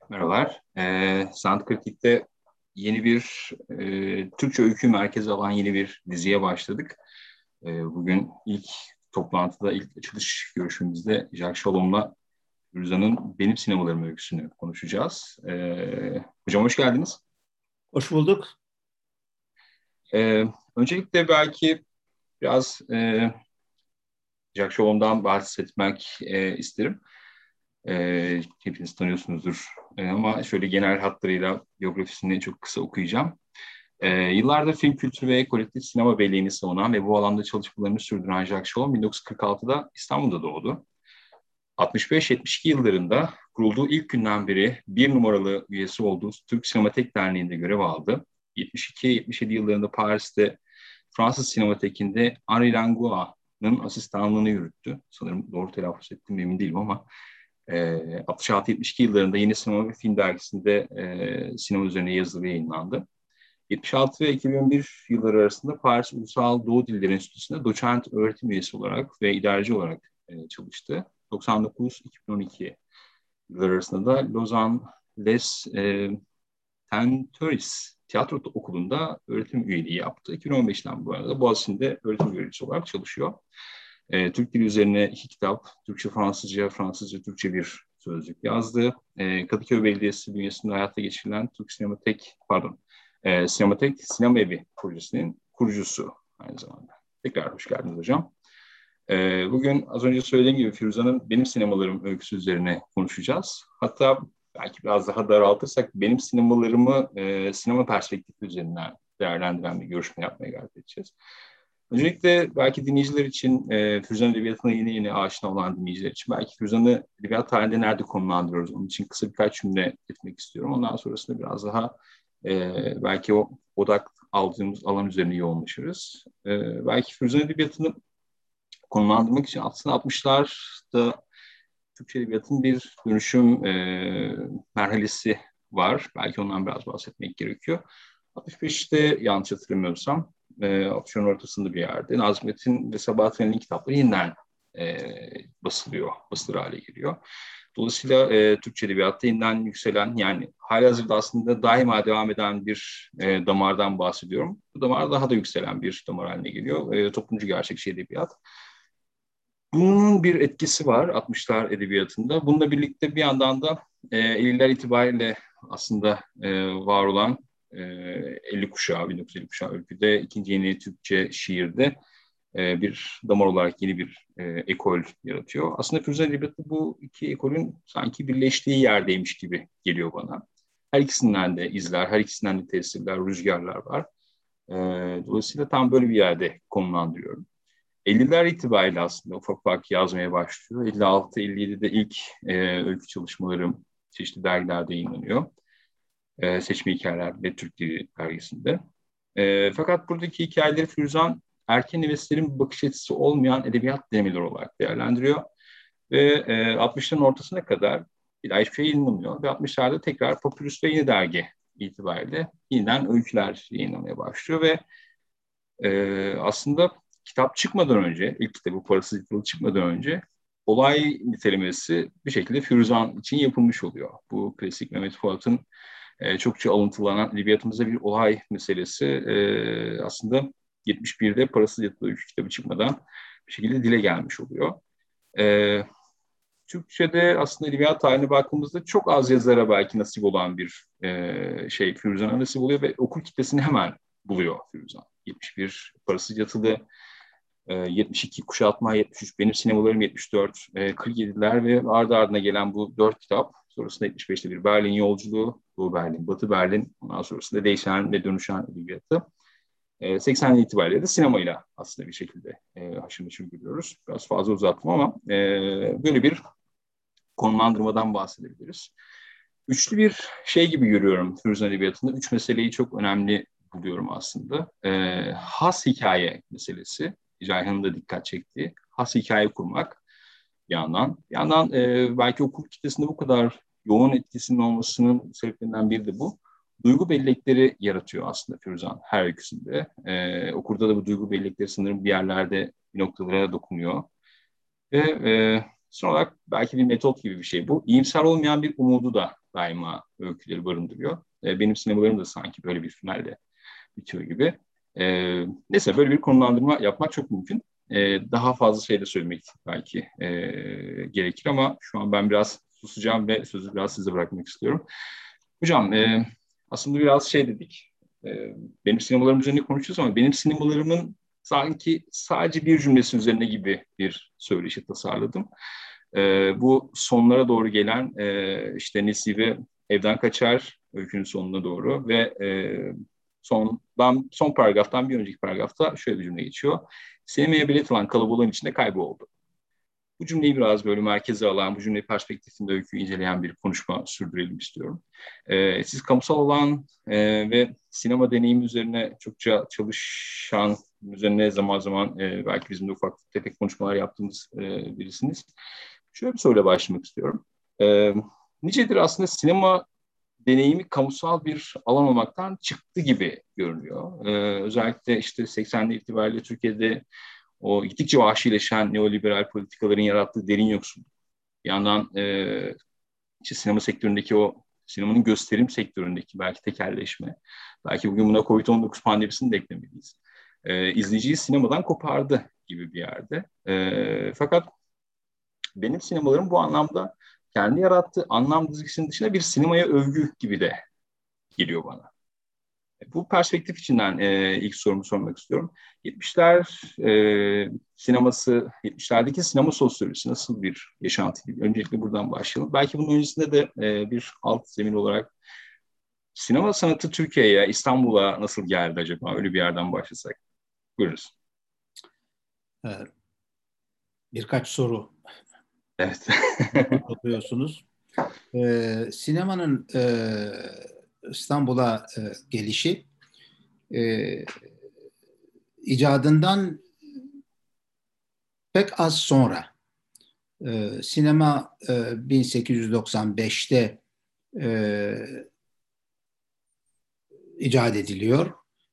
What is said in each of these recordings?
Merhabalar. Sanat Kritik'te yeni bir Türkçe öykü merkezi alan yeni bir diziye başladık. Bugün ilk toplantıda, ilk açılış görüşümüzde Jacques Shalom'la Rıza'nın Benim Sinemalarım öyküsünü konuşacağız. Hocam hoş geldiniz. Hoş bulduk. Öncelikle belki biraz Jacques Shalom'dan bahsetmek isterim. Hepiniz tanıyorsunuzdur. Ama şöyle genel hatlarıyla biyografisini çok kısa okuyacağım. Yıllardır film kültürü ve kolektif sinema belleğini savunan ve bu alanda çalışmalarını sürdüren Jacques Chirac 1946'da İstanbul'da doğdu. 65-72 yıllarında kurulduğu ilk günden beri bir numaralı üyesi olduğu Türk Sinematek Derneği'nde görev aldı. 72-77 yıllarında Paris'te Fransız Sinematek'inde Henri Langlois'nın asistanlığını yürüttü. Sanırım doğru telaffuz ettim emin değilim ama 66-72 yıllarında Yeni Sinema ve Film Dergisi'nde sinema üzerine yazılı ve yayınlandı. 76 ve 2011 yılları arasında Paris Ulusal Doğu Dilleri Enstitüsü'nde doçent öğretim üyesi olarak ve idareci olarak çalıştı. 99-2012 yılları arasında da Lausanne Les Tenteuris Tiyatro Okulu'nda öğretim üyeliği yaptı. 2015'ten bu arada Boğaziçi'nde öğretim görevlisi olarak çalışıyor. Türk dili üzerine 2 kitap, Türkçe, Fransızca, Fransızca, Türkçe bir sözlük yazdı. Kadıköy Belediyesi bünyesinde hayata geçirilen Türk Sinematek, Sinematek Sinema Evi projesinin kurucusu aynı zamanda. Tekrar hoş geldiniz hocam. Bugün az önce söylediğim gibi Firuza'nın Benim Sinemalarım öyküsü üzerine konuşacağız. Hatta belki biraz daha daraltırsak benim sinemalarımı sinema perspektifi üzerinden değerlendiren bir görüşme yapmaya gayret edeceğiz. Öncelikle belki dinleyiciler için, Firuzan Edebiyatı'na yeni yeni aşina olan dinleyiciler için belki Firuzan'ı edebiyat tarihinde nerede konumlandırıyoruz? Onun için kısa birkaç cümle etmek istiyorum. Ondan sonrasında biraz daha belki o odak aldığımız alan üzerine yoğunlaşırız. Belki Firuzan Edebiyatı'nı konumlandırmak için aslında 60'larda Türkçe Edebiyatı'nın bir dönüşüm merhalesi var. Belki ondan biraz bahsetmek gerekiyor. 65'te yanlış hatırlamıyorsam 60'ların ortasında bir yerde Nazım Hikmet'in ve Sabahat Ali'nin kitapları yeniden e, basılıyor, basılır hale geliyor. Dolayısıyla Türkçe Edebiyat'ta yeniden yükselen yani halihazırda aslında daima devam eden bir damardan bahsediyorum. Bu damar daha da yükselen bir damar haline geliyor. Toplumcu gerçekçi edebiyat. Bunun bir etkisi var 60'lar edebiyatında. Bununla birlikte bir yandan da 50'ler itibariyle aslında var olan 50 kuşağı, 1950 kuşağı öyküde, ikinci yeni Türkçe şiirde bir damar olarak yeni bir ekol yaratıyor. Aslında Firuzan Edebiyatı bu iki ekolün sanki birleştiği yerdeymiş gibi geliyor bana. Her ikisinden de izler, her ikisinden de tesirler, rüzgarlar var. E, Dolayısıyla tam böyle bir yerde konumlandırıyorum. 50'ler itibariyle aslında ufak ufak yazmaya başlıyor. 56-57'de ilk öykü çalışmalarım çeşitli dergilerde yayınlanıyor. Seçme Hikayeler ve Türk Dili dergisinde. Fakat buradaki hikayeleri Firuzan erken heveslerin bakış açısı olmayan edebiyat denemeleri olarak değerlendiriyor. Ve 60'ların ortasına kadar bir daha hiçbir şey yayınlanmıyor. Ve 60'larda tekrar Papyrus ve Yeni Dergi itibariyle yeniden öyküler yayınlamaya başlıyor ve aslında kitap çıkmadan önce, ilk kitabı Parasız Yıtılı çıkmadan önce olay nitelemesi bir şekilde Firuzan için yapılmış oluyor. Bu klasik Mehmet Fuat'ın çokça alıntılanan edebiyatımızda bir olay meselesi aslında 71'de Parasız Yıtılı 3 kitabı çıkmadan bir şekilde dile gelmiş oluyor. E, Türkçe'de aslında edebiyat tarihine baktığımızda çok az yazara belki nasip olan bir Firuzan'a nasip oluyor ve okur kitlesini hemen buluyor Firuzan. 71 Parasız Yatılı, 72 Kuşatma, 73 Benim Sinemalarım, 74 47'ler ve ardı ardına gelen bu 4 kitap. Sonrasında 75'te bir Berlin Yolculuğu, Doğu Berlin, Batı Berlin. Ondan sonrasında değişen ve dönüşen edebiyatı. 80 itibariyle de sinemayla aslında bir şekilde haşır neşir görüyoruz. Biraz fazla uzattım ama böyle bir konumlandırmadan bahsedebiliriz. Üçlü bir şey gibi görüyorum Firuzan Edebiyatı'nda. Üç meseleyi çok önemli buluyorum aslında. Has hikaye meselesi. Ceyhan'ın da dikkat çektiği. Has hikaye kurmak bir yandan. Bir yandan belki okul kitlesinde bu kadar yoğun etkisinin olmasının sebeplerinden biri de bu. Duygu bellekleri yaratıyor aslında Firuzan her öyküsünde. Okurda da bu duygu bellekleri sanırım bir yerlerde bir noktalara dokunuyor. Ve son olarak belki bir metot gibi bir şey bu. İyimser olmayan bir umudu da daima öyküleri barındırıyor. Benim sinemalarım da sanki böyle bir finalle bitiyor gibi. Neyse böyle bir konulandırma yapmak çok mümkün. Daha fazla şey de söylemek belki gerekir ama şu an ben biraz susacağım ve sözü biraz size bırakmak istiyorum. Hocam aslında biraz şey dedik. Benim sinemalarım üzerine konuşuyoruz ama benim sinemalarımın sanki sadece bir cümlesi üzerine gibi bir söyleşi tasarladım. Bu sonlara doğru gelen işte Nesibe evden kaçar öykünün sonuna doğru ve son paragraftan bir önceki paragrafta şöyle bir cümle geçiyor. Sinemaya bilet alan kalabalığın içinde kayboldu. Bu cümleyi biraz böyle merkeze alan, bu cümle perspektifinde öyküyü inceleyen bir konuşma sürdürelim istiyorum. Siz kamusal alan ve sinema deneyimi üzerine çokça çalışan, üzerine zaman zaman belki bizim de ufak tefek konuşmalar yaptığımız birisiniz. Şöyle bir soruyla başlamak istiyorum. E, Nicedir aslında sinema deneyimi kamusal bir alan olmaktan çıktı gibi görünüyor. Özellikle işte 80'li itibariyle Türkiye'de o gittikçe vahşileşen neoliberal politikaların yarattığı derin yoksulluk. Bir yandan işte sinema sektöründeki o sinemanın gösterim sektöründeki belki tekelleşme. Belki bugün buna Covid-19 pandemisini de eklemeliyiz. İzleyiciyi sinemadan kopardı gibi bir yerde. Fakat benim sinemalarım bu anlamda kendi yarattığı anlam dizgisinin dışında bir sinemaya övgü gibi de geliyor bana. Bu perspektif içinden ilk sorumu sormak istiyorum. 70'ler sineması, 70'lerdeki sinema sosyolojisi nasıl bir yaşantıydı? Öncelikle buradan başlayalım. Belki bunun öncesinde de bir alt zemin olarak sinema sanatı Türkiye'ye, İstanbul'a nasıl geldi acaba? Öyle bir yerden başlasak. Buyurunuz. Birkaç soru Evet. soruyorsunuz. Sinemanın İstanbul'a gelişi icadından pek az sonra. Sinema 1895'te icat ediliyor.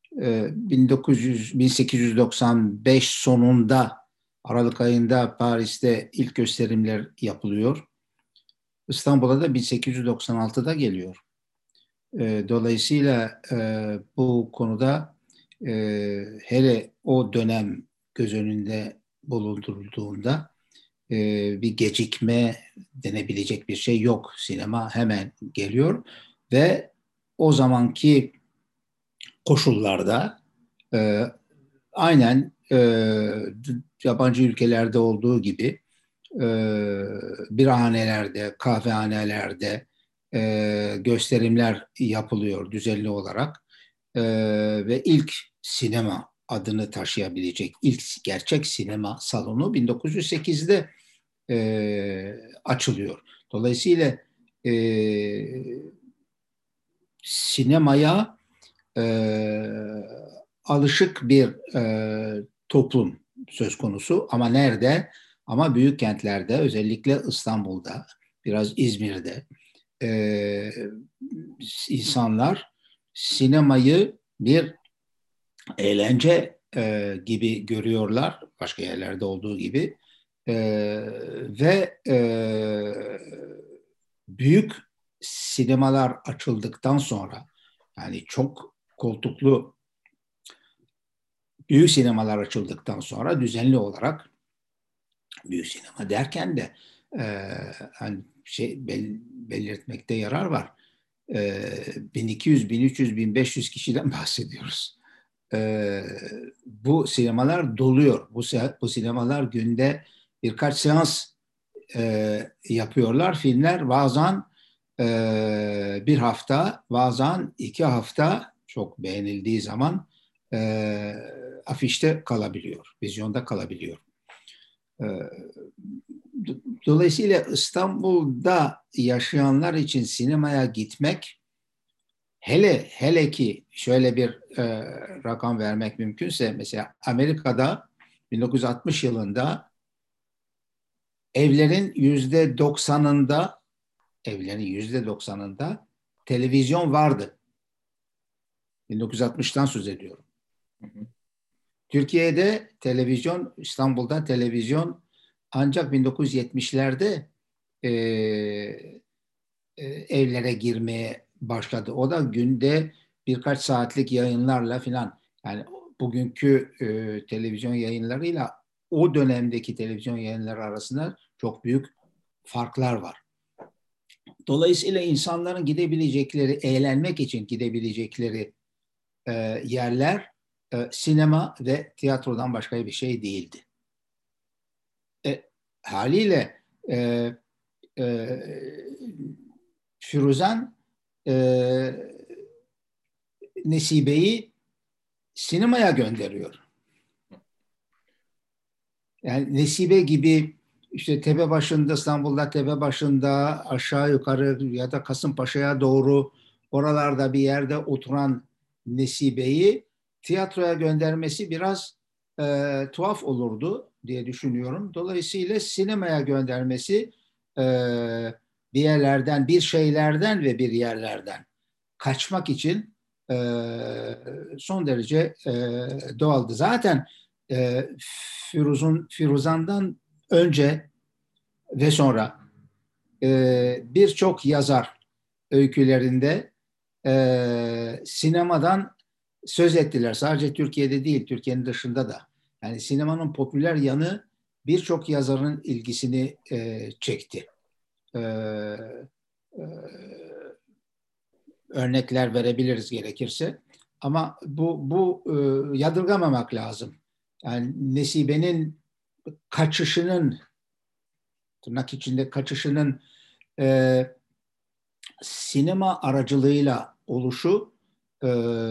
1895 sonunda Aralık ayında Paris'te ilk gösterimler yapılıyor. İstanbul'a da 1896'da geliyor. Dolayısıyla bu konuda hele o dönem göz önünde bulundurulduğunda bir gecikme denebilecek bir şey yok. Sinema hemen geliyor ve o zamanki koşullarda aynen yabancı ülkelerde olduğu gibi birhanelerde, kahvehanelerde gösterimler yapılıyor düzenli olarak ve ilk sinema adını taşıyabilecek ilk gerçek sinema salonu 1908'de açılıyor. Dolayısıyla sinemaya alışık bir toplum söz konusu ama nerede? Ama büyük kentlerde, özellikle İstanbul'da, biraz İzmir'de insanlar sinemayı bir eğlence gibi görüyorlar, başka yerlerde olduğu gibi ve büyük sinemalar açıldıktan sonra, yani çok koltuklu büyük sinemalar açıldıktan sonra düzenli olarak, büyük sinema derken de hani belirtmekte yarar var. 1200, 1300, 1500 kişiden bahsediyoruz. Bu sinemalar doluyor. Bu sinemalar günde birkaç seans yapıyorlar. Filmler bazen bir hafta, bazen 2 hafta çok beğenildiği zaman afişte kalabiliyor, vizyonda kalabiliyor. Dolayısıyla İstanbul'da yaşayanlar için sinemaya gitmek, hele ki şöyle bir rakam vermek mümkünse, mesela Amerika'da 1960 yılında evlerin %90'ında televizyon vardı. 1960'tan söz ediyorum. Türkiye'de televizyon, İstanbul'da televizyon ancak 1970'lerde evlere girmeye başladı. O da günde birkaç saatlik yayınlarla filan. Yani bugünkü televizyon yayınlarıyla o dönemdeki televizyon yayınları arasında çok büyük farklar var. Dolayısıyla insanların gidebilecekleri, eğlenmek için gidebilecekleri yerler sinema ve tiyatrodan başka bir şey değildi. Haliyle e, Firuzan Nesibe'yi sinemaya gönderiyor. Yani Nesibe gibi işte Tepebaşı'nda, İstanbul'da Tepebaşı'nda aşağı yukarı ya da Kasımpaşa'ya doğru oralarda bir yerde oturan Nesibe'yi tiyatroya göndermesi biraz tuhaf olurdu diye düşünüyorum. Dolayısıyla sinemaya göndermesi e, bir yerlerden, bir şeylerden ve bir yerlerden kaçmak için son derece doğaldı. Zaten Firuzan'dan önce ve sonra birçok yazar öykülerinde sinemadan söz ettiler. Sadece Türkiye'de değil, Türkiye'nin dışında da. Yani sinemanın popüler yanı birçok yazarın ilgisini çekti. E, e, Örnekler verebiliriz gerekirse. Ama bu yadırgamamak lazım. Yani Nesibe'nin kaçışının, tırnak içinde kaçışının e, sinema aracılığıyla oluşu e,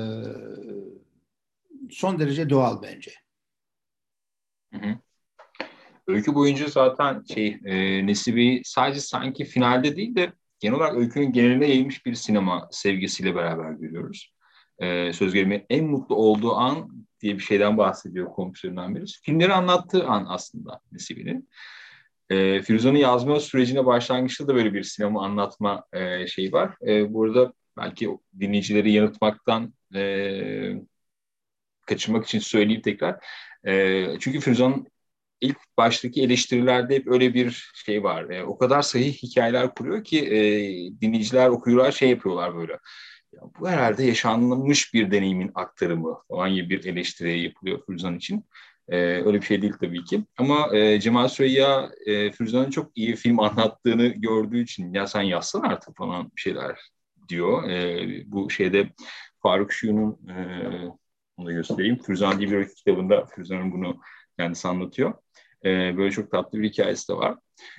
son derece doğal bence. Hı hı. Öykü boyunca zaten Nesibe'yi sadece sanki finalde değil de genel olarak öykünün geneline yayılmış bir sinema sevgisiyle beraber görüyoruz. Söz gelimi en mutlu olduğu an diye bir şeyden bahsediyor komşularından birisi. Filmleri anlattığı an aslında Nesibe'nin. Firuzan'ın yazma sürecine başlangıçta da böyle bir sinema anlatma şeyi var. Bu arada belki dinleyicileri yanıltmaktan kaçınmak için söyleyeyim tekrar. Çünkü Firuzan'ın ilk baştaki eleştirilerde hep öyle bir şey var. O kadar sahih hikayeler kuruyor ki dinleyiciler, okuyucular şey yapıyorlar böyle. Ya, bu herhalde yaşanmış bir deneyimin aktarımı falan gibi bir eleştiri yapılıyor Firuzan için. Öyle bir şey değil tabii ki. Ama Cemal Süreyya Firuzan'ın çok iyi film anlattığını gördüğü için ya sen yazsana artık falan bir şeyler diyor. Bu şeyde Faruk Şu'nun onu da göstereyim. Firuzan diye bir kitabında Firuzan'ın bunu kendisi anlatıyor. Böyle çok tatlı bir hikayesi de var.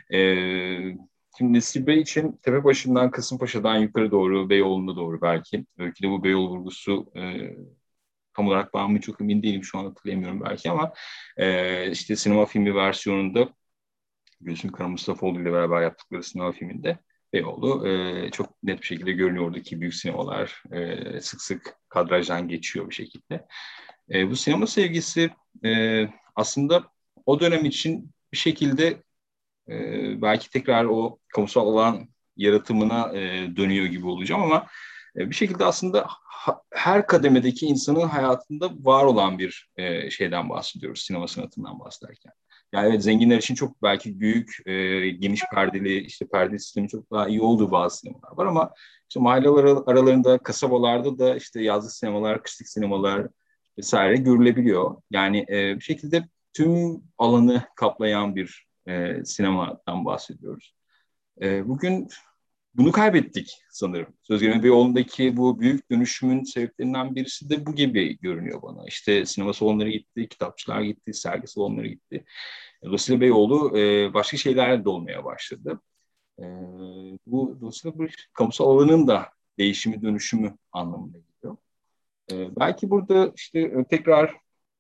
Şimdi Nesibe için Tepebaşı'ndan, Kasımpaşa'dan yukarı doğru, Beyoğlu'na doğru belki. Belki de bu Beyoğlu vurgusu tam olarak ben mi çok emin değilim şu an hatırlayamıyorum belki ama işte sinema filmi versiyonunda Gülsün Kara Mustafaoğlu ile beraber yaptıkları sinema filminde Beyoğlu çok net bir şekilde görünüyor oradaki büyük sinemalar sık sık kadrajdan geçiyor bir şekilde. Bu sinema sevgisi aslında o dönem için bir şekilde belki tekrar o kamusal alan yaratımına dönüyor gibi olacağım ama bir şekilde aslında her kademedeki insanın hayatında var olan bir şeyden bahsediyoruz sinema sanatından bahsederken. Yani evet zenginler için çok belki büyük, geniş perdeli, işte perde sistemi çok daha iyi olduğu bazı sinemalar var ama işte mahalleler aralarında, kasabalarda da işte yazlık sinemalar, kışlık sinemalar vesaire görülebiliyor. Yani bir şekilde tüm alanı kaplayan bir sinemadan bahsediyoruz. Bugün bunu kaybettik sanırım. Söz Gelimi Beyoğlu'ndaki bu büyük dönüşümün sebeplerinden birisi de bu gibi görünüyor bana. İşte sinema salonları gitti, kitapçılar gitti, sergi salonları gitti. Dolayısıyla Beyoğlu başka şeylerle dolmaya başladı. E, Bu dolayısıyla bir kamusal alanın da değişimi, dönüşümü anlamına geliyor. Belki burada işte tekrar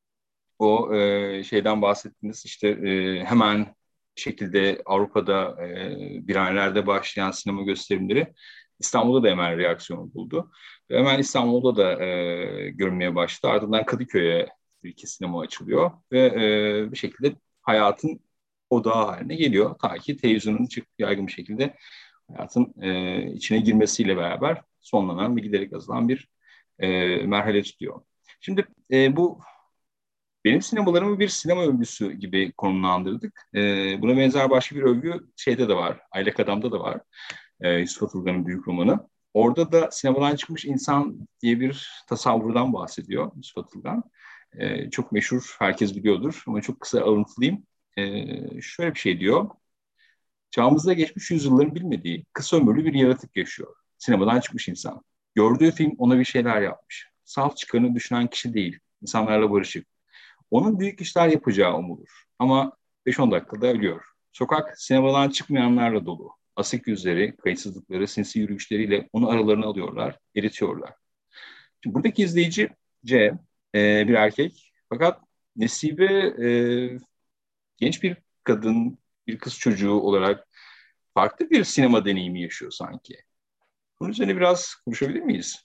o şeyden bahsettiniz işte hemen şekilde Avrupa'da biranelerde başlayan sinema gösterimleri İstanbul'da da hemen reaksiyon buldu. Ve hemen İstanbul'da da görünmeye başladı. Ardından Kadıköy'e bir iki sinema açılıyor ve bir şekilde hayatın odağı haline geliyor. Ta ki televizyonun çık yaygın bir şekilde hayatın içine girmesiyle beraber sonlanan ve giderek azalan bir merhale tutuyor. Şimdi bu benim sinemalarımı bir sinema övgüsü gibi konumlandırdık. Buna benzer başka bir övgü şeyde de var. Aylak Adam'da da var. Yusuf Atılgan'ın büyük romanı. Orada da sinemadan çıkmış insan diye bir tasavvurdan bahsediyor Yusuf Atılgan. Çok meşhur, herkes biliyordur ama çok kısa alıntılayayım. Şöyle bir şey diyor. Çağımızda geçmiş yüzyılların bilmediği kısa ömürlü bir yaratık yaşıyor. Sinemadan çıkmış insan. Gördüğü film ona bir şeyler yapmış. Salt çıkarını düşünen kişi değil, insanlarla barışık. Onun büyük işler yapacağı umulur. Ama 5-10 dakikada ölüyor. Sokak sinemadan çıkmayanlarla dolu. Asık yüzleri, kayıtsızlıkları, sinsi yürüyüşleriyle onu aralarına alıyorlar, eritiyorlar. Şimdi buradaki izleyici C, bir erkek. Fakat Nesibe genç bir kadın, bir kız çocuğu olarak farklı bir sinema deneyimi yaşıyor sanki. Bunun üzerine biraz konuşabilir miyiz?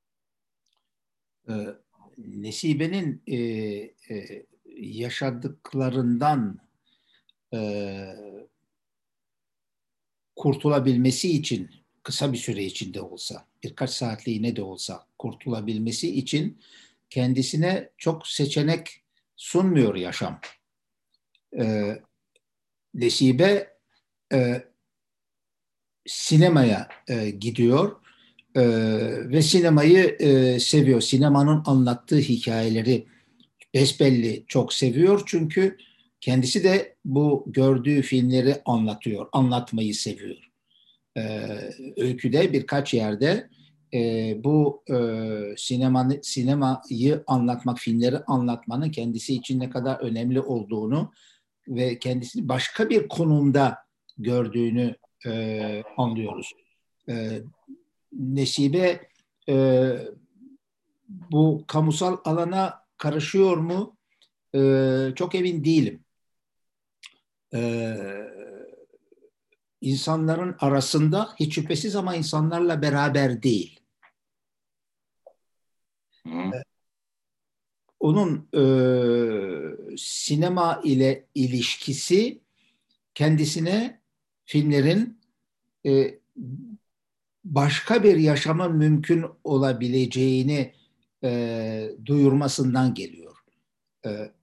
E, Nesibe'nin yaşadıklarından e, kurtulabilmesi için kısa bir süre içinde olsa, birkaç saatliğine de olsa kurtulabilmesi için kendisine çok seçenek sunmuyor yaşam. Nesibe e, sinemaya gidiyor ve sinemayı seviyor. Sinemanın anlattığı hikayeleri besbelli çok seviyor çünkü kendisi de bu gördüğü filmleri anlatıyor, anlatmayı seviyor. Öyküde birkaç yerde bu sinemayı anlatmak, filmleri anlatmanın kendisi için ne kadar önemli olduğunu ve kendisini başka bir konumda gördüğünü anlıyoruz. Nesibe bu kamusal alana karışıyor mu? Çok emin değilim. İnsanların arasında hiç şüphesiz ama insanlarla beraber değil. Hı. Onun sinema ile ilişkisi kendisine filmlerin e, başka bir yaşamın mümkün olabileceğini duyurmasından geliyor. E,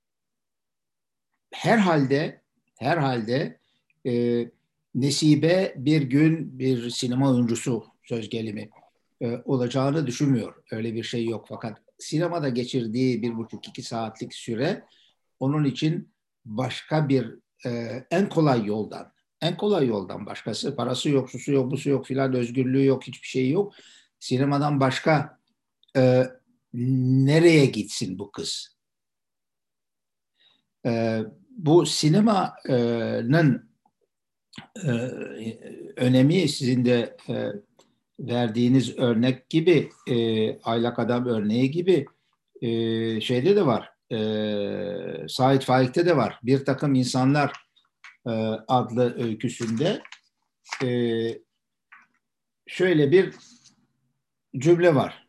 herhalde Nesibe bir gün bir sinema oyuncusu söz gelimi olacağını düşünmüyor. Öyle bir şey yok. Fakat sinemada geçirdiği 1,5-2 saatlik süre onun için başka bir en kolay yoldan başkası parası yok, susu yok, busu yok filan özgürlüğü yok, hiçbir şey yok. Sinemadan başka nereye gitsin bu kız? Bu sinemanın önemi sizin de verdiğiniz örnek gibi Aylak Adam örneği gibi şeyde de var. Said Faik'te de var. Bir takım insanlar adlı öyküsünde şöyle bir cümle var.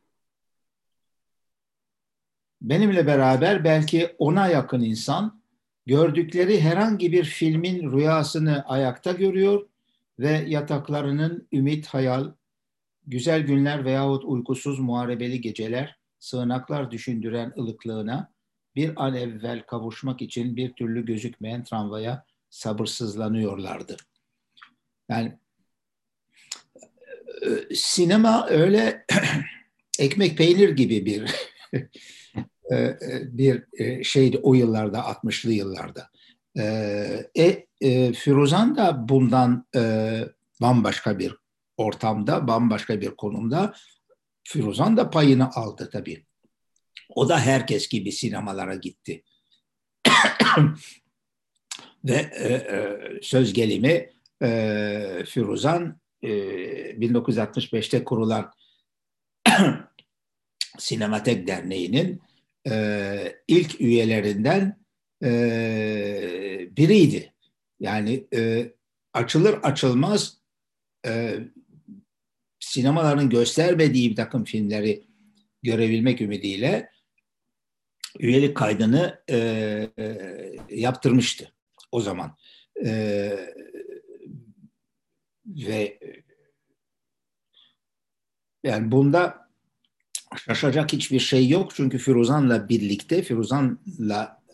Benimle beraber belki 10'a yakın insan gördükleri herhangi bir filmin rüyasını ayakta görüyor ve yataklarının ümit, hayal, güzel günler veyahut uykusuz muharebeli geceler, sığınaklar düşündüren ılıklığına bir an evvel kavuşmak için bir türlü gözükmeyen tramvaya sabırsızlanıyorlardı. Yani sinema öyle ekmek peynir gibi bir şeydi o yıllarda, 60'lı yıllarda. Firuzan da bundan bambaşka bir ortamda, bambaşka bir konumda. Firuzan da payını aldı tabii. O da herkes gibi sinemalara gitti. Ve söz gelimi Firuzan 1965'te kurulan Sinematek Derneği'nin ilk üyelerinden biriydi. Yani açılır açılmaz sinemaların göstermediği bir takım filmleri görebilmek ümidiyle üyelik kaydını yaptırmıştı o zaman. Ve yani bunda şaşacak hiçbir şey yok. Çünkü Firuzan'la birlikte, Firuzan'la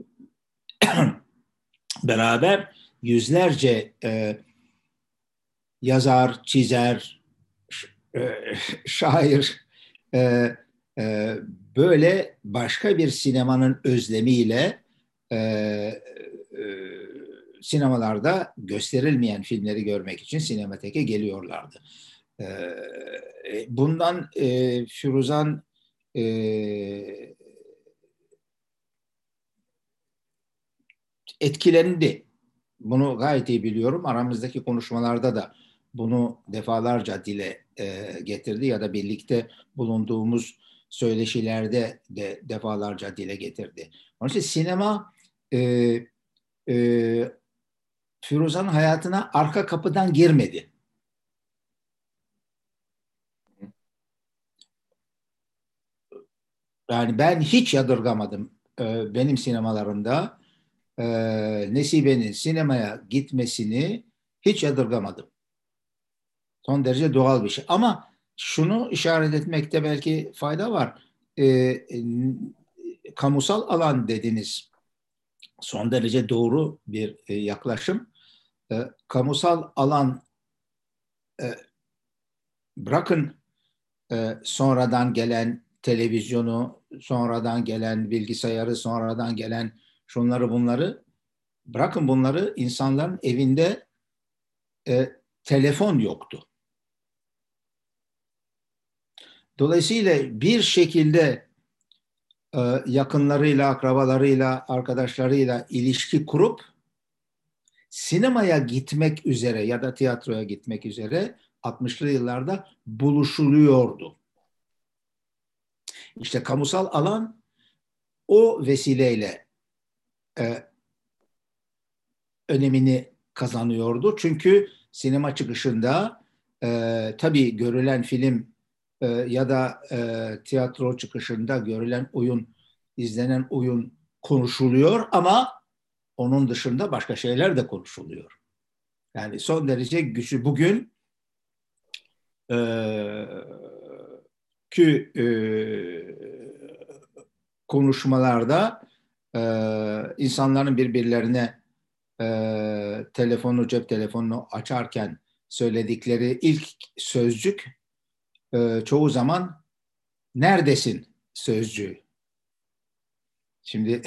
beraber yüzlerce yazar, çizer, şair, e, e, böyle başka bir sinemanın özlemiyle e, sinemalarda gösterilmeyen filmleri görmek için sinemateke geliyorlardı. Bundan Firuzan e, etkilendi. Bunu gayet iyi biliyorum. Aramızdaki konuşmalarda da bunu defalarca dile getirdi ya da birlikte bulunduğumuz söyleşilerde de defalarca dile getirdi. Onun için sinema e, e, Firuza'nın hayatına arka kapıdan girmedi. Yani ben hiç yadırgamadım benim sinemalarımda Nesibe'nin sinemaya gitmesini hiç yadırgamadım. Son derece doğal bir şey. Ama şunu işaret etmekte belki fayda var. Kamusal alan dediniz. Son derece doğru bir yaklaşım. Kamusal alan e, bırakın sonradan gelen televizyonu, sonradan gelen bilgisayarı, sonradan gelen şunları bunları bırakın bunları insanların evinde telefon yoktu. Dolayısıyla bir şekilde yakınlarıyla, akrabalarıyla, arkadaşlarıyla ilişki kurup sinemaya gitmek üzere ya da tiyatroya gitmek üzere 60'lı yıllarda buluşuluyordu. İşte kamusal alan o vesileyle e, önemini kazanıyordu. Çünkü sinema çıkışında tabii görülen film ya da tiyatro çıkışında görülen oyun, izlenen oyun konuşuluyor ama onun dışında başka şeyler de konuşuluyor. Yani son derece güçlü. Bugün e, ki konuşmalarda insanların birbirlerine cep telefonunu açarken söyledikleri ilk sözcük çoğu zaman neredesin sözcüğü. Şimdi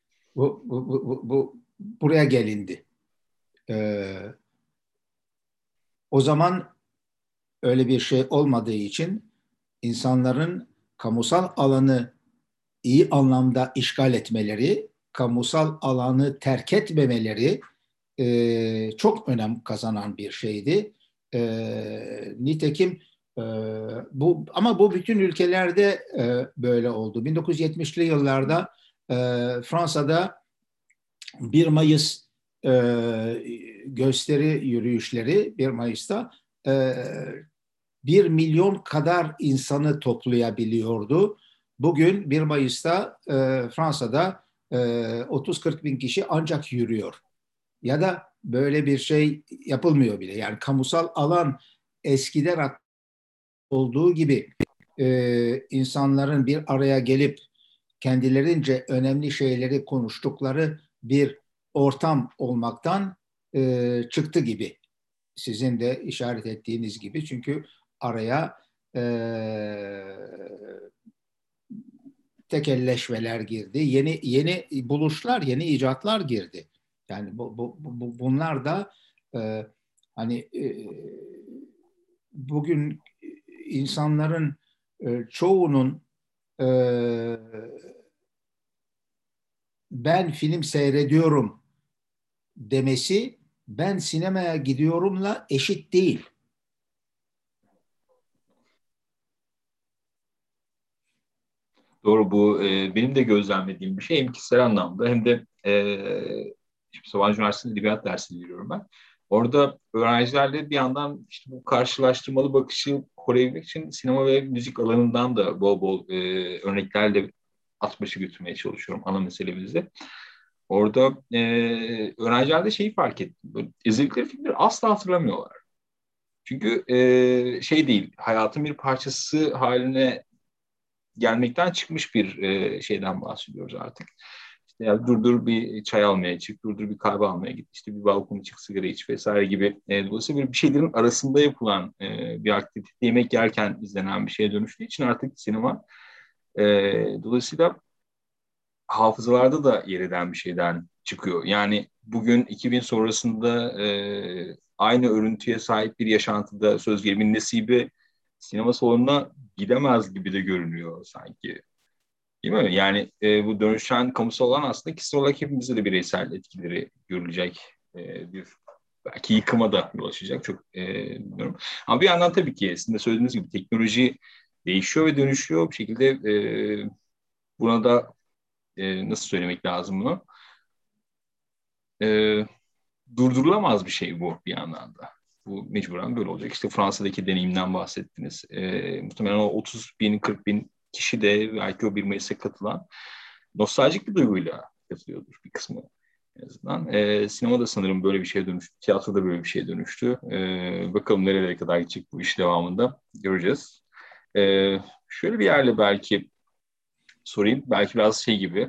bu buraya gelindi. E, O zaman öyle bir şey olmadığı için insanların kamusal alanı iyi anlamda işgal etmeleri, kamusal alanı terk etmemeleri çok önem kazanan bir şeydi. Nitekim ama bu bütün ülkelerde böyle oldu. 1970'li yıllarda Fransa'da 1 Mayıs e, gösteri yürüyüşleri 1 Mayıs'ta e, 1 milyon kadar insanı toplayabiliyordu. Bugün 1 Mayıs'ta Fransa'da 30-40 bin kişi ancak yürüyor. Ya da böyle bir şey yapılmıyor bile. Yani kamusal alan eskiden olduğu gibi insanların bir araya gelip kendilerince önemli şeyleri konuştukları bir ortam olmaktan çıktı gibi. Sizin de işaret ettiğiniz gibi. Çünkü araya e, tekelleşmeler girdi. Yeni buluşlar, yeni icatlar girdi. Yani bunlar da e, hani bugün insanların çoğunun e, ben film seyrediyorum demesi ben sinemaya gidiyorumla eşit değil. Doğru, bu benim de gözlemlediğim bir şey. Hem kişisel anlamda hem de şimdi Sabancı Üniversitesi'nde edebiyat dersi veriyorum ben. Orada öğrencilerle bir yandan işte bu karşılaştırmalı bakışı koruyabilmek için sinema ve müzik alanından da bol bol örneklerle at başı götürmeye çalışıyorum ana meselemizde. Orada öğrenciler de şeyi fark ettim. Böyle izledikleri filmleri asla hatırlamıyorlar. Çünkü şey değil, hayatın bir parçası haline gelmekten çıkmış bir şeyden bahsediyoruz artık. Ya durdur bir çay almaya çık, durdur bir kahve almaya git, işte bir balkona çık, sigara iç vesaire gibi. Dolayısıyla böyle bir şeylerin arasında yapılan bir aktivite, yemek yerken izlenen bir şeye dönüştüğü için artık sinema e, dolayısıyla hafızalarda da yeniden bir şeyden çıkıyor. Yani bugün 2000 sonrasında aynı örüntüye sahip bir yaşantıda söz gelimi nesibi sinema salonuna gidemez gibi de görünüyor sanki. Değil mi? Yani bu dönüşen kamusal alan aslında kişisel olarak hepimizde de bireysel etkileri görülecek bir belki yıkıma da yol açacak çok bilmiyorum. Ama bir yandan tabii ki sizin de söylediğiniz gibi teknoloji değişiyor ve dönüşüyor bir şekilde buna da nasıl söylemek lazım bunu? E, Durdurulamaz bir şey bu bir yandan da. Bu mecburen böyle olacak. İşte Fransa'daki deneyimden bahsettiniz. Muhtemelen o 30 bin, 40 bin kişi de belki o 1 Mayıs'a katılan nostaljik bir duyguyla katılıyordur bir kısmı en azından. Sinemada sanırım böyle bir şeye dönüştü. Tiyatroda böyle bir şeye dönüştü. Bakalım nerelere kadar gidecek bu iş devamında göreceğiz. Şöyle bir yerle belki sorayım. Belki biraz şey gibi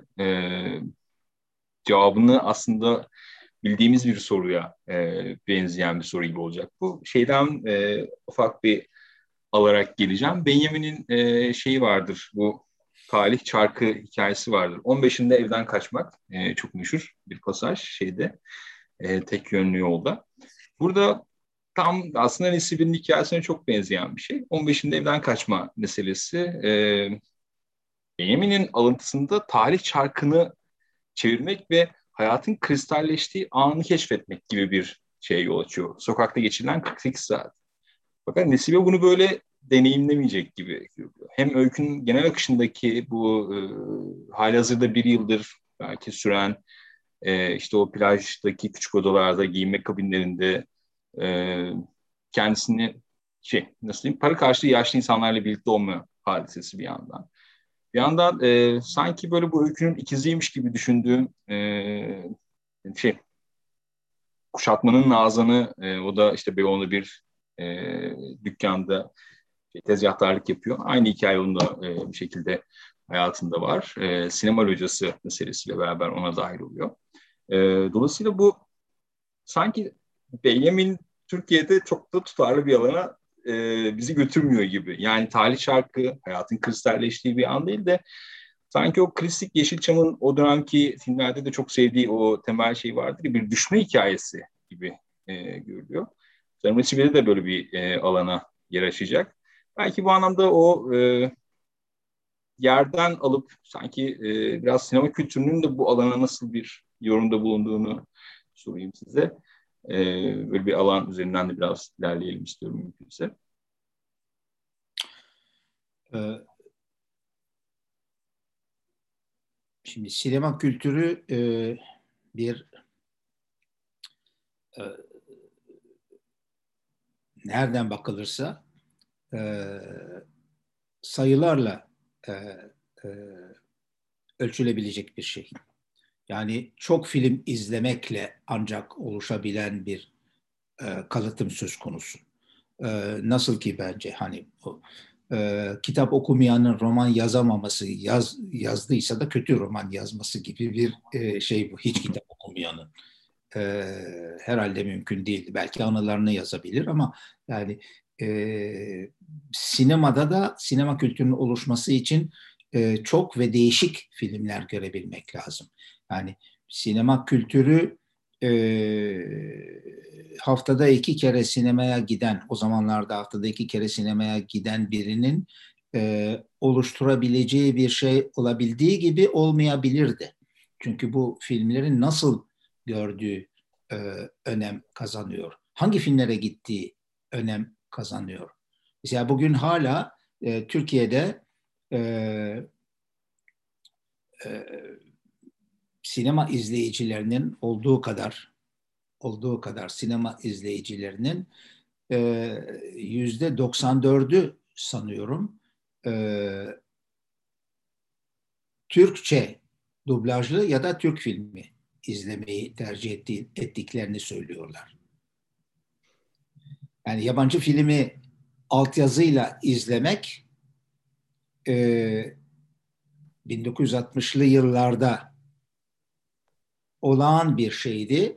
cevabını aslında bildiğimiz bir soruya benzeyen bir soru gibi olacak. Bu şeyden ufak bir alarak geleceğim. Benjamin'in şeyi vardır, bu talih çarkı hikayesi vardır. 15'inde evden kaçmak çok meşhur bir pasaj şeyde, tek yönlü yolda. Burada tam aslında Nesibe'nin hikayesine çok benzeyen bir şey. 15'inde evden kaçma meselesi. Benjamin'in alıntısında talih çarkını çevirmek ve hayatın kristalleştiği anı keşfetmek gibi bir şey yol açıyor. Sokakta geçirilen 48 saat. Fakat Nesibe bunu böyle deneyimlemeyecek gibi görünüyor. Hem öykünün genel akışındaki bu halihazırda bir yıldır belki süren işte o plajdaki küçük odalarda, giyinme kabinlerinde e, kendisini şey nasıl diyeyim para karşılığı yaşlı insanlarla birlikte olma hadisesi bir yandan. Bir yandan sanki böyle bu öykünün ikiziymiş gibi düşündüğüm şey kuşatmanın Nazan'ı o da işte Beyoğlu'nda bir e, dükkanda tezgahtarlık yapıyor. Aynı hikaye onun da bir şekilde hayatında var. Sinema locası meselesiyle beraber ona dahil oluyor. E, Dolayısıyla bu sanki Benjamin Türkiye'de çok da tutarlı bir alana bizi götürmüyor gibi. Yani talih şarkı, hayatın kristalleştiği bir an değil de sanki o klasik Yeşilçam'ın o dönemki filmlerde de çok sevdiği o temel şey vardır ya, bir düşme hikayesi gibi görülüyor. Sanırım Nesibe'de de böyle bir alana yer açacak. Belki bu anlamda o yerden alıp sanki biraz sinema kültürünün de bu alana nasıl bir yorumda bulunduğunu sorayım size. Böyle bir alan üzerinden de biraz ilerleyelim istiyorum mümkünse. Ee, Şimdi sinema kültürü bir e, nereden bakılırsa e, sayılarla e, e, ölçülebilecek bir şey. Yani çok film izlemekle ancak oluşabilen bir kalıtım söz konusu. Nasıl ki bence hani o, kitap okumayanın roman yazamaması, yazdıysa da kötü roman yazması gibi bir şey bu. Hiç kitap okumayanın. Herhalde mümkün değildi. Belki anılarını yazabilir ama yani sinemada da sinema kültürünün oluşması için çok ve değişik filmler görebilmek lazım. Yani sinema kültürü e, haftada 2 kere sinemaya giden, o zamanlarda haftada 2 kere sinemaya giden birinin oluşturabileceği bir şey olabildiği gibi olmayabilirdi. Çünkü bu filmlerin nasıl gördüğü önem kazanıyor. Hangi filmlere gittiği önem kazanıyor. Mesela bugün hala Türkiye'de e, e, sinema izleyicilerinin olduğu kadar sinema izleyicilerinin %94'ü sanıyorum Türkçe dublajlı ya da Türk filmi izlemeyi tercih ettiklerini söylüyorlar. Yani yabancı filmi altyazıyla izlemek 1960'lı yıllarda olağan bir şeydi.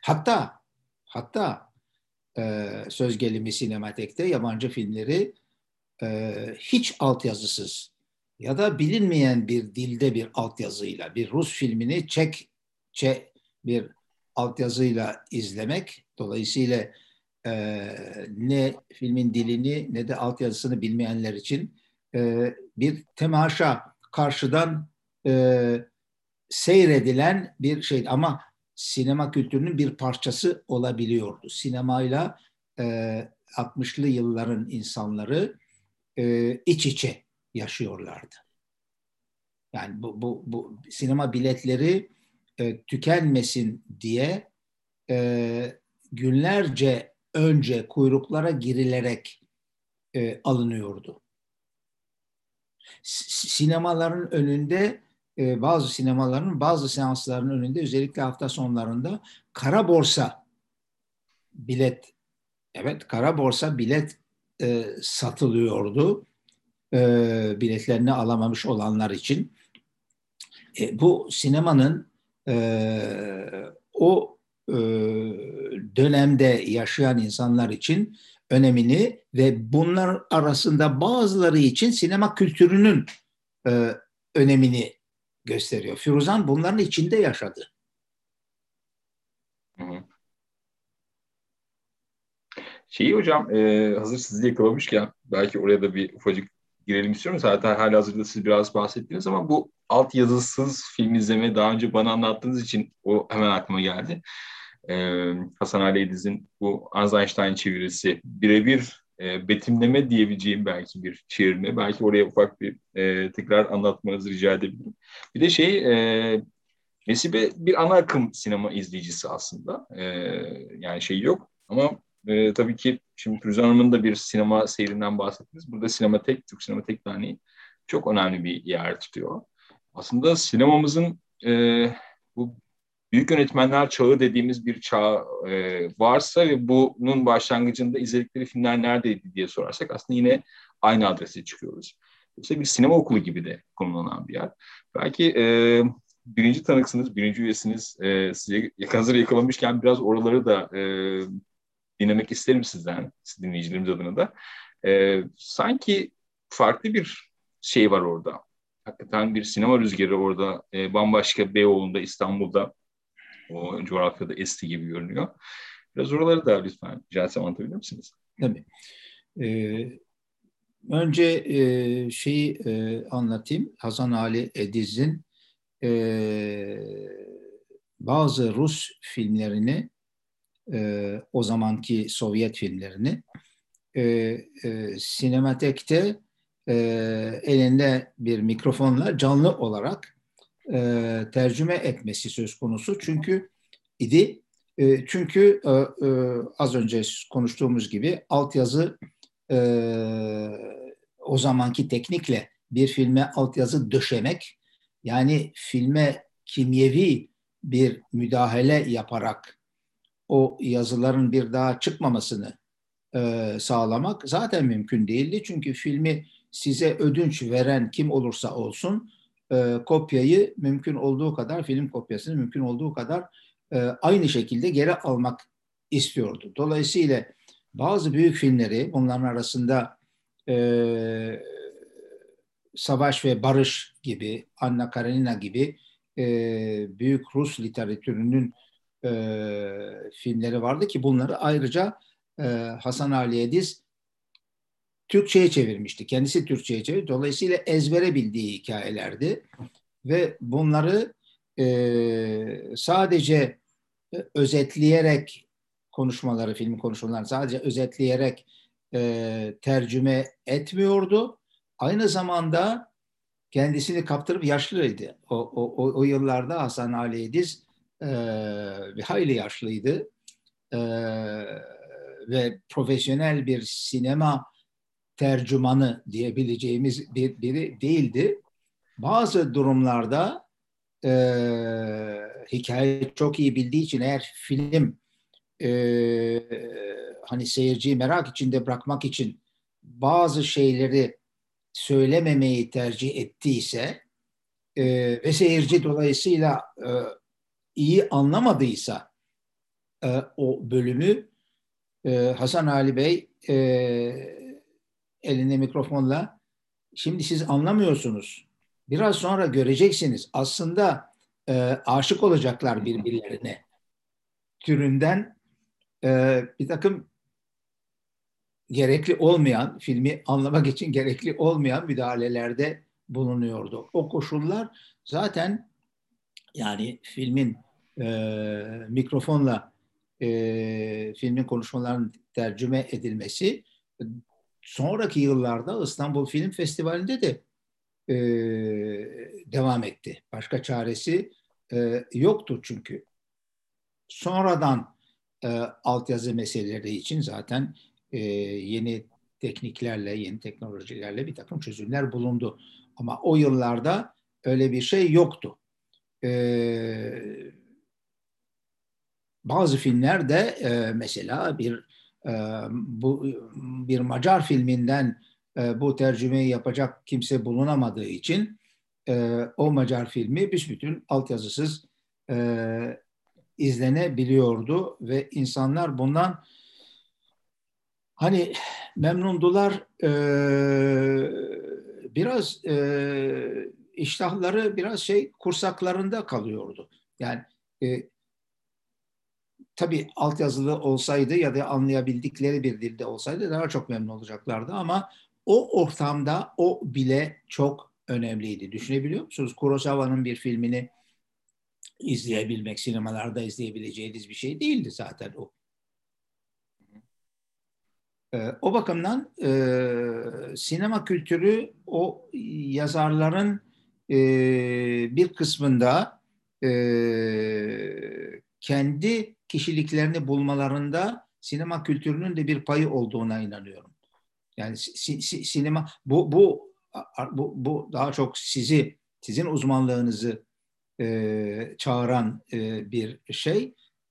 Hatta söz gelimi Sinematek'te yabancı filmleri hiç altyazısız ya da bilinmeyen bir dilde bir altyazıyla, bir Rus filmini Çekçe bir altyazıyla izlemek, dolayısıyla ne filmin dilini ne de altyazısını bilmeyenler için bir temaşa, karşıdan seyredilen bir şey, ama sinema kültürünün bir parçası olabiliyordu. Sinemayla 60'lı yılların insanları iç içe yaşıyorlardı. Yani bu sinema biletleri tükenmesin diye günlerce önce kuyruklara girilerek alınıyordu. Sinemaların önünde bazı sinemaların bazı seansların önünde özellikle hafta sonlarında kara borsa bilet, evet, kara borsa bilet satılıyordu. Biletlerini alamamış olanlar için. Bu sinemanın o dönemde yaşayan insanlar için önemini ve bunlar arasında bazıları için sinema kültürünün önemini gösteriyor. Firuzan bunların içinde yaşadı. Hı hı. Şeyi hocam, hazır sizi yakalamışken belki oraya da bir ufacık girelim istiyorum. Zaten halihazırda siz biraz bahsettiniz ama bu altyazısız film izleme daha önce bana anlattığınız için o hemen aklıma geldi. Hasan Ali Ediz'in bu Eisenstein çevirisi birebir betimleme diyebileceğim belki bir çevirme. Belki oraya ufak bir tekrar anlatmanızı rica edebilirim. Bir de Nesibe bir ana akım sinema izleyicisi aslında. Yani şey yok ama tabii ki şimdi Firuzan Hanım'ın da bir sinema seyrinden bahsettiniz. Burada Sinematek, Türk Sinematek Derneği çok önemli bir yer tutuyor. Aslında sinemamızın bu büyük yönetmenler çağı dediğimiz bir çağ varsa ve bunun başlangıcında izledikleri filmler neredeydi diye sorarsak aslında yine aynı adrese çıkıyoruz. Dolayısıyla bir sinema okulu gibi de konumlanan bir yer. Belki birinci tanıksınız, birinci üyesiniz. Size hazır yakalamışken biraz oraları da dinlemek isterim sizden, siz dinleyicilerimiz adına da. Sanki farklı bir şey var orada. Hakikaten bir sinema rüzgarı orada bambaşka Beyoğlu'nda, İstanbul'da o coğrafyada esti gibi görünüyor. Biraz oraları da lütfen rica etsem anlatabilir misiniz? Tabii. Önce anlatayım. Hasan Ali Ediz'in bazı Rus filmlerini, o zamanki Sovyet filmlerini Sinematek'te elinde bir mikrofonla canlı olarak tercüme etmesi söz konusu. Çünkü az önce konuştuğumuz gibi altyazı e, o zamanki teknikle bir filme altyazı döşemek, yani filme kimyevi bir müdahale yaparak o yazıların bir daha çıkmamasını sağlamak zaten mümkün değildi. Çünkü filmi size ödünç veren kim olursa olsun kopyayı mümkün olduğu kadar, film kopyasını mümkün olduğu kadar aynı şekilde geri almak istiyordu. Dolayısıyla bazı büyük filmleri, bunların arasında Savaş ve Barış gibi, Anna Karenina gibi büyük Rus literatürünün filmleri vardı ki bunları ayrıca Hasan Ali Ediz Türkçe'ye çevirmişti. Kendisi Türkçe'ye çevirdi. Dolayısıyla ezbere bildiği hikayelerdi. Ve bunları sadece özetleyerek filmin konuşmalarını sadece özetleyerek tercüme etmiyordu. Aynı zamanda kendisini kaptırıp yaşlıydı. O yıllarda Hasan Ali Ediz bir hayli yaşlıydı. Ve profesyonel bir sinema tercümanı diyebileceğimiz biri değildi. Bazı durumlarda hikaye çok iyi bildiği için eğer film hani seyirciyi merak içinde bırakmak için bazı şeyleri söylememeyi tercih ettiyse ve seyirci dolayısıyla iyi anlamadıysa o bölümü, Hasan Ali Bey elinde mikrofonla, şimdi siz anlamıyorsunuz. Biraz sonra göreceksiniz. Aslında aşık olacaklar birbirlerine türünden bir takım gerekli olmayan, filmi anlamak için gerekli olmayan müdahalelerde bulunuyordu. O koşullar zaten, yani filmin mikrofonla filmin konuşmalarının tercüme edilmesi sonraki yıllarda İstanbul Film Festivali'nde de devam etti. Başka çaresi yoktu çünkü. Sonradan altyazı meseleleri için zaten yeni tekniklerle, yeni teknolojilerle bir takım çözümler bulundu. Ama o yıllarda öyle bir şey yoktu. Bazı filmlerde mesela bir Macar filminden bu tercümeyi yapacak kimse bulunamadığı için o Macar filmi büsbütün altyazısız izlenebiliyordu ve insanlar bundan hani memnundular. Biraz iştahları biraz kursaklarında kalıyordu. Yani tabii altyazılı olsaydı ya da anlayabildikleri bir dilde olsaydı daha çok memnun olacaklardı ama o ortamda o bile çok önemliydi. Düşünebiliyor musunuz? Kurosawa'nın bir filmini izleyebilmek, sinemalarda izleyebileceğiniz bir şey değildi zaten o. O bakımdan sinema kültürü o yazarların bir kısmında kendi kişiliklerini bulmalarında sinema kültürünün de bir payı olduğuna inanıyorum. Yani sinema bu daha çok sizin uzmanlığınızı çağıran bir şey.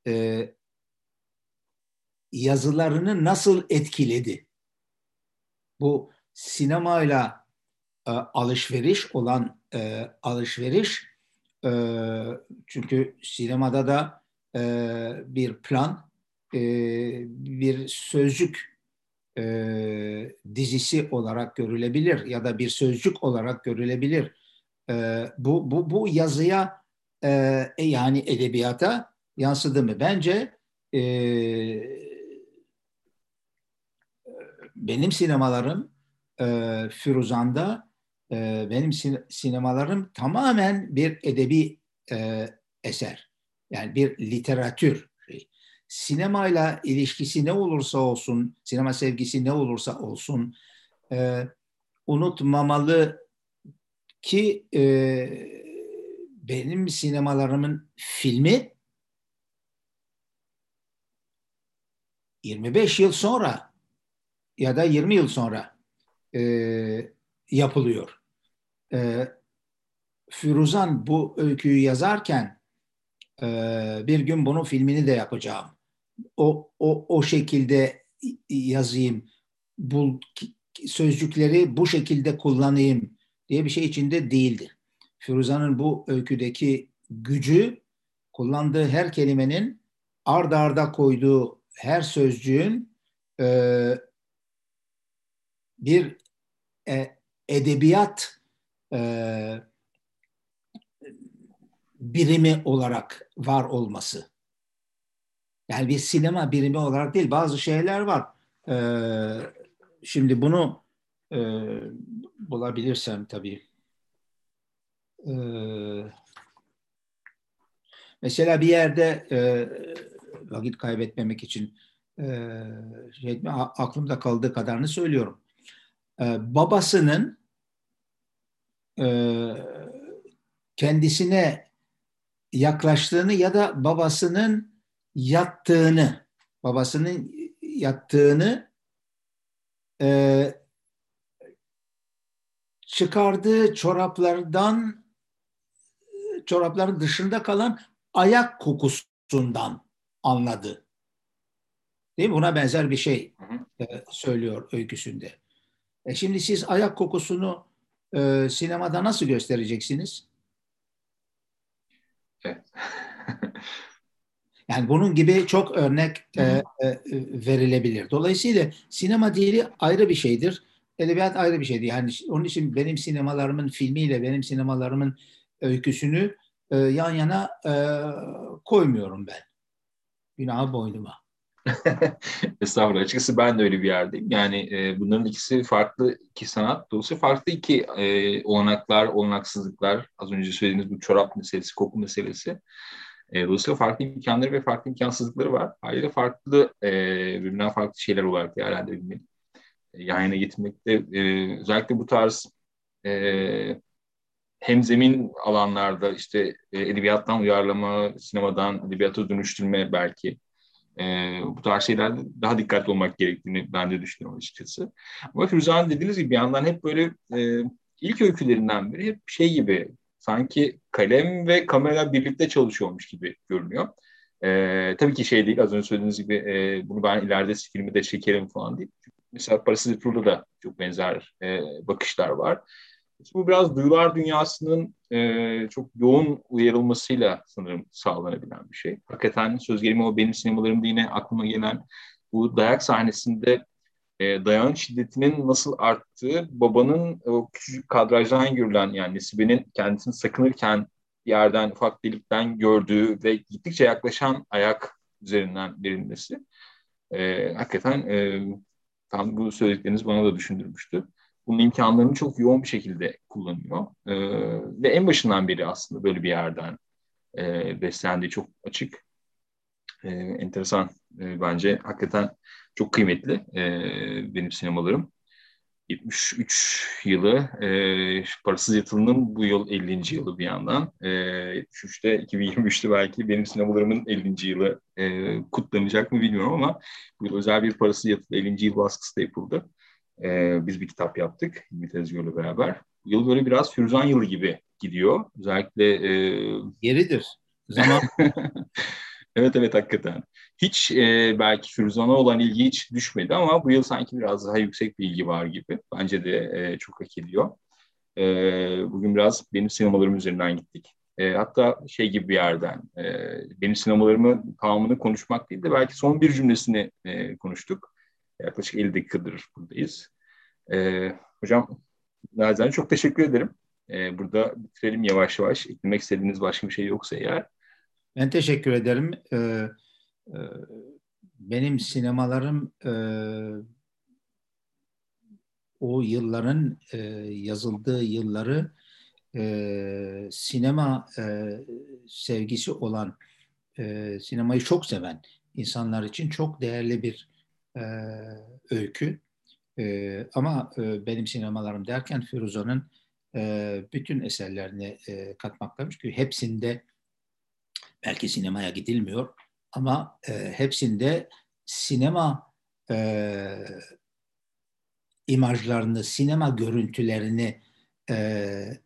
Yazılarını nasıl etkiledi? Bu sinemayla alışveriş olan alışveriş, çünkü sinemada da bir plan, bir sözcük dizisi olarak görülebilir ya da bir sözcük olarak görülebilir. Bu yazıya yani edebiyata yansıdı mı? Bence benim sinemalarım Firuzan'da benim sinemalarım tamamen bir edebi eser. Yani bir literatür. Sinemayla ilişkisi ne olursa olsun, sinema sevgisi ne olursa olsun unutmamalı ki benim sinemalarımın filmi 25 yıl sonra ya da 20 yıl sonra yapılıyor. Firuzan bu öyküyü yazarken bir gün bunun filmini de yapacağım. O şekilde yazayım, sözcükleri bu şekilde kullanayım diye bir şey içinde değildi. Firuzan'ın bu öyküdeki gücü, kullandığı her kelimenin, ard arda koyduğu her sözcüğün bir edebiyat birimi olarak var olması. Yani bir sinema birimi olarak değil. Bazı şeyler var. Şimdi bunu bulabilirsem tabii. Mesela bir yerde vakit kaybetmemek için aklımda kaldığı kadarını söylüyorum. Babasının kendisine yaklaştığını ya da babasının yattığını çıkardığı çorapların dışında kalan ayak kokusundan anladı. Değil mi? Buna benzer bir şey söylüyor öyküsünde. Şimdi siz ayak kokusunu sinemada nasıl göstereceksiniz? Evet. Yani bunun gibi çok örnek verilebilir. Dolayısıyla sinema dili ayrı bir şeydir. Edebiyat ayrı bir şeydir. Yani onun için benim sinemalarımın filmiyle benim sinemalarımın öyküsünü yan yana koymuyorum ben. Günah boynuma. Estağfurullah. Açıkçası ben de öyle bir yerdeyim. Yani bunların ikisi farklı iki sanat. Dolayısıyla farklı iki olanaklar, olanaksızlıklar. Az önce söylediğiniz bu çorap meselesi, koku meselesi. Dolayısıyla farklı imkanları ve farklı imkansızlıkları var. Ayrıca farklı, birbirinden farklı şeyler olarak değerlendirilmeli. Yan yana getirmekte özellikle bu tarz hemzemin alanlarda işte edebiyattan uyarlama, sinemadan edebiyata dönüştürme belki bu tarz şeylerde daha dikkatli olmak gerektiğini ben de düşünüyorum açıkçası. Ama Firuzan dediğiniz gibi bir yandan hep böyle ilk öykülerinden biri hep şey gibi sanki kalem ve kamera birlikte çalışıyormuş gibi görünüyor. Tabii ki şey değil az önce söylediğiniz gibi bunu ben ileride filmi de çekerim falan değil. Mesela Parasız Yatırıl'da da çok benzer bakışlar var. Bu biraz duyular dünyasının çok yoğun uyarılmasıyla sanırım sağlanabilen bir şey. Hakikaten söz gelimi o benim sinemalarımda yine aklıma gelen bu dayak sahnesinde dayağın şiddetinin nasıl arttığı, babanın o küçük kadrajdan görülen yani Nesibe'nin kendisini sakınırken bir yerden ufak delikten gördüğü ve gittikçe yaklaşan ayak üzerinden verilmesi. Hakikaten tam bu söyledikleriniz bana da düşündürmüştü. Bunun imkanlarını çok yoğun bir şekilde kullanıyor. Ve en başından beri aslında böyle bir yerden beslendiği çok açık. Enteresan. Bence hakikaten çok kıymetli benim sinemalarım. 73 yılı, Parasız Yatılı'nın bu yıl 50. yılı bir yandan. 73'te, 2023'te belki benim sinemalarımın 50. yılı kutlanacak mı bilmiyorum ama bu yıl özel bir Parasız Yatılı 50. yıl baskısı da yapıldı. Biz bir kitap yaptık Ümit Özgür'le beraber. Bu yıl böyle biraz Firuzan yılı gibi gidiyor. Özellikle Yeridir. Zaman evet evet hakikaten. Hiç belki Firuzan'a olan ilgi hiç düşmedi ama bu yıl sanki biraz daha yüksek bir ilgi var gibi. Bence de çok hak ediyor. Bugün biraz benim sinemalarım üzerinden gittik. Hatta şey gibi bir yerden benim sinemalarımı tamamını konuşmak değil de belki son bir cümlesini konuştuk. Yaklaşık 50 dakikadır buradayız. Hocam Nazan çok teşekkür ederim. Burada bitirelim yavaş yavaş. Eklemek istediğiniz başka bir şey yoksa eğer. ben teşekkür ederim. E, benim sinemalarım o yılların yazıldığı yılları sinema sevgisi olan, sinemayı çok seven insanlar için çok değerli bir e, öykü. Ama benim sinemalarım derken Firuza'nın bütün eserlerini katmaktaymış ki hepsinde belki sinemaya gidilmiyor ama hepsinde sinema e, imajlarını, sinema görüntülerini e,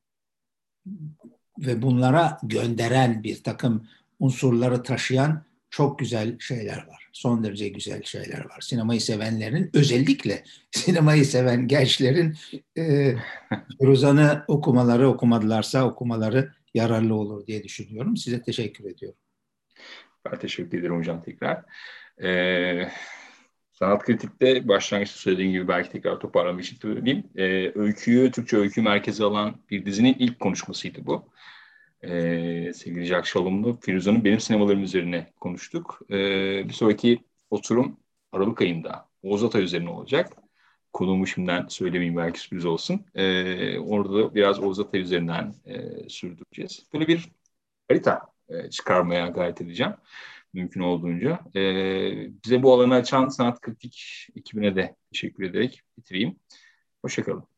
ve bunlara gönderen bir takım unsurları taşıyan çok güzel şeyler var. Son derece güzel şeyler var. Sinemayı sevenlerin, özellikle sinemayı seven gençlerin Firuzan'ı okumadılarsa okumaları yararlı olur diye düşünüyorum. Size teşekkür ediyorum. Ben teşekkür ederim hocam tekrar. Ee, Sanat kritikte başlangıçta söylediğim gibi belki tekrar toparlamak için söyleyeyim. Öyküyü, Türkçe öykü merkeze alan bir dizinin ilk konuşmasıydı bu. Sevgili Jack Shalom'la Firuza'nın benim sinemalarım üzerine konuştuk. Bir sonraki oturum Aralık ayında Oğuz Atay üzerine olacak. Konuğumu şimdiden söylemeyeyim belki sürpriz olsun. Orada da biraz Oğuz Atay üzerinden sürdüreceğiz. Böyle bir harita çıkarmaya gayret edeceğim mümkün olduğunca. Bize bu alanı açan Sanat Kritik ekibine de teşekkür ederek bitireyim. Hoşçakalın.